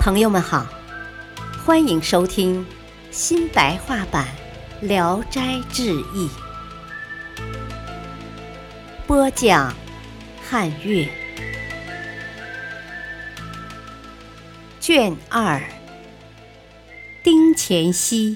朋友们好，欢迎收听新白话版《聊斋志异》，播讲汉乐，卷2，丁乾熙。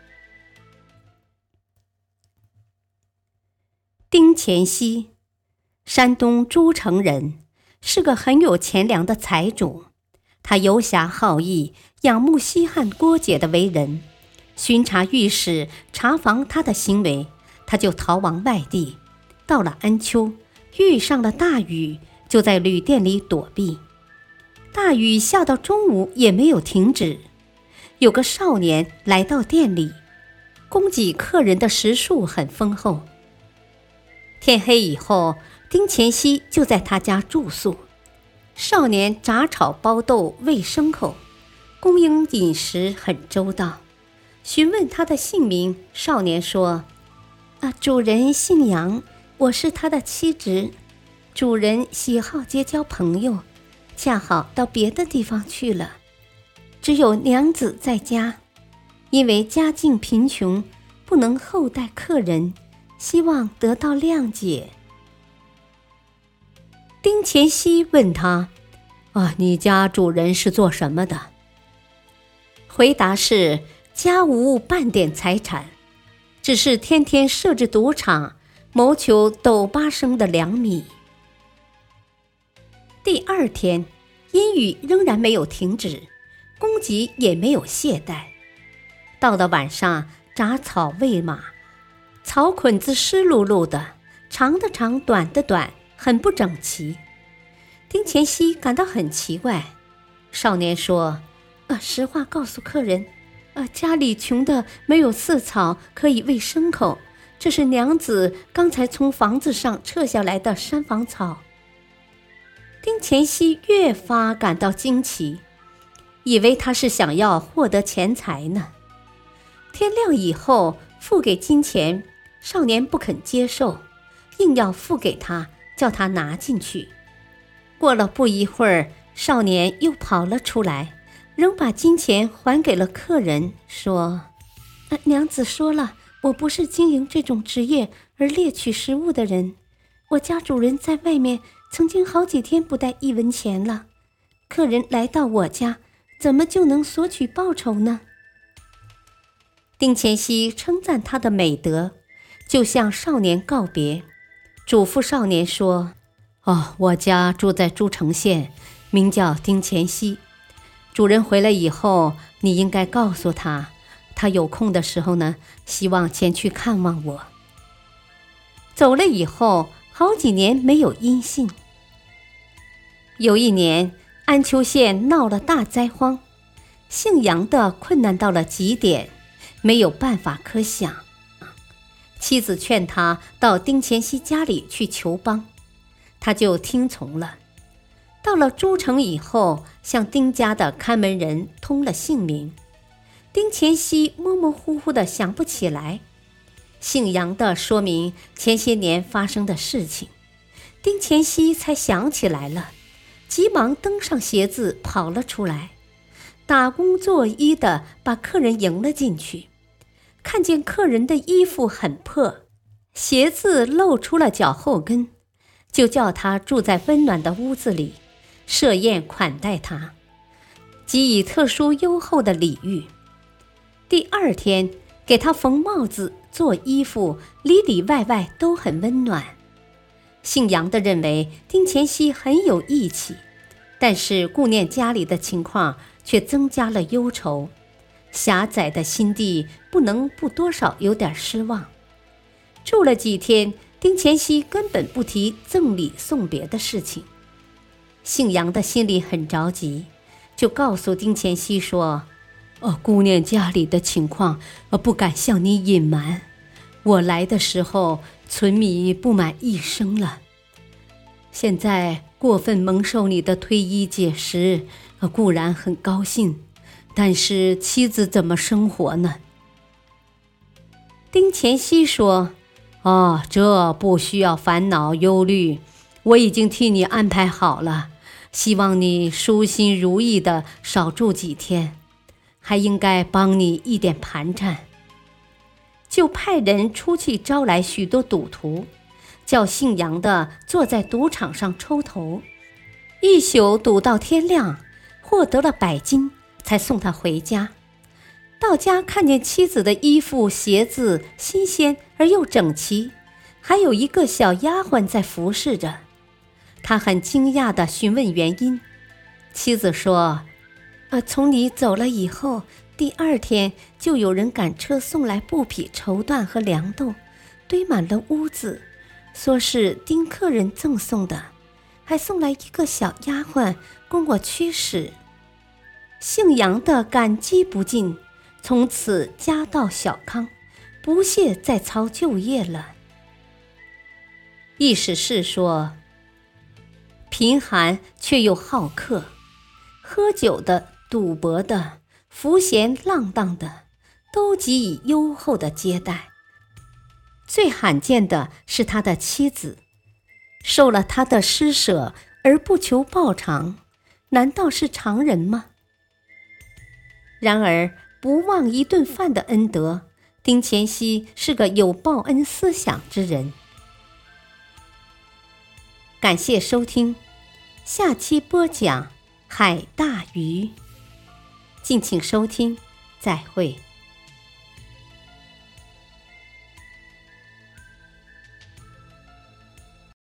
丁乾熙，山东诸城人，是个很有钱粮的财主。他游侠好义，仰慕西汉郭解的为人。巡查御史查访他的行为，他就逃往外地。到了安丘，遇上了大雨，就在旅店里躲避。大雨下到中午也没有停止。有个少年来到店里，供给客人的食数很丰厚。天黑以后，丁乾熙就在他家住宿。少年炸炒包豆喂牲口，供应饮食很周到。询问他的姓名，少年说：主人姓杨，我是他的妻侄。主人喜好结交朋友，恰好到别的地方去了，只有娘子在家。因为家境贫穷，不能厚待客人，希望得到谅解。丁乾熙问他：你家主人是做什么的？回答是：家无半点财产，只是天天设置赌场，谋求斗8升的粮米。第二天，阴雨仍然没有停止，供给也没有懈怠。到了晚上，铡草喂马，草捆子湿漉漉的，长的长，短的短，很不整齐。丁乾熙感到很奇怪。少年说：实话告诉客人，家里穷的没有饲草可以喂牲口，这是娘子刚才从房子上撤下来的山房草。丁乾熙越发感到惊奇，以为他是想要获得钱财呢。天亮以后付给金钱，少年不肯接受，硬要付给他，叫他拿进去。过了不一会儿，少年又跑了出来，仍把金钱还给了客人，说：娘子说了，我不是经营这种职业而猎取食物的人。我家主人在外面曾经好几天不带1文钱了，客人来到我家，怎么就能索取报酬呢？丁乾熙称赞他的美德，就向少年告别，嘱咐少年说：我家住在诸城县，名叫丁乾熙。主人回来以后，你应该告诉他，他有空的时候呢，希望前去看望我。走了以后，好几年没有音信。有一年，安丘县闹了大灾荒，姓杨的困难到了极点，没有办法可想。妻子劝他到丁乾熙家里去求帮，他就听从了。到了诸城以后，向丁家的看门人通了姓名。丁乾熙模模糊糊地想不起来。姓杨的说明前些年发生的事情，丁乾熙才想起来了，急忙登上鞋子跑了出来，打工作揖的把客人迎了进去。看见客人的衣服很破，鞋子露出了脚后跟，就叫他住在温暖的屋子里，设宴款待他，给以特殊优厚的礼遇。第二天，给他缝帽子、做衣服，里里外外都很温暖。姓杨的认为丁乾熙很有义气，但是顾念家里的情况，却增加了忧愁。狭窄的心地不能不多少有点失望。住了几天，丁乾熙根本不提赠礼送别的事情。姓杨的心里很着急，就告诉丁乾熙说：顾念家里的情况，不敢向你隐瞒。我来的时候，存米不满1升了。现在过分蒙受你的推衣解食，固然很高兴，但是妻子怎么生活呢？丁乾熙说：这不需要烦恼忧虑，我已经替你安排好了， 希望你舒心如意的少住几天，还应该帮你一点盘缠。”就派人出去招来许多赌徒，叫姓杨的坐在赌场上抽头，一宿赌到天亮，获得了100金，才送他回家。到家看见妻子的衣服鞋子新鲜而又整齐，还有一个小丫鬟在服侍着。他很惊讶地询问原因。妻子说：“从你走了以后，第2天就有人赶车送来布匹、绸缎和粮豆，堆满了屋子，说是丁客人赠送的，还送来一个小丫鬟供我驱使。”姓杨的感激不尽，从此家道小康，不屑再操旧业了。意思是说，贫寒却又好客，喝酒的、赌博的、浮闲浪荡的，都给予优厚的接待。最罕见的是他的妻子，受了他的施舍而不求报偿，难道是常人吗？然而不忘一顿饭的恩德，丁乾熙是个有报恩思想之人。感谢收听，下期播讲海大鱼，敬请收听，再会。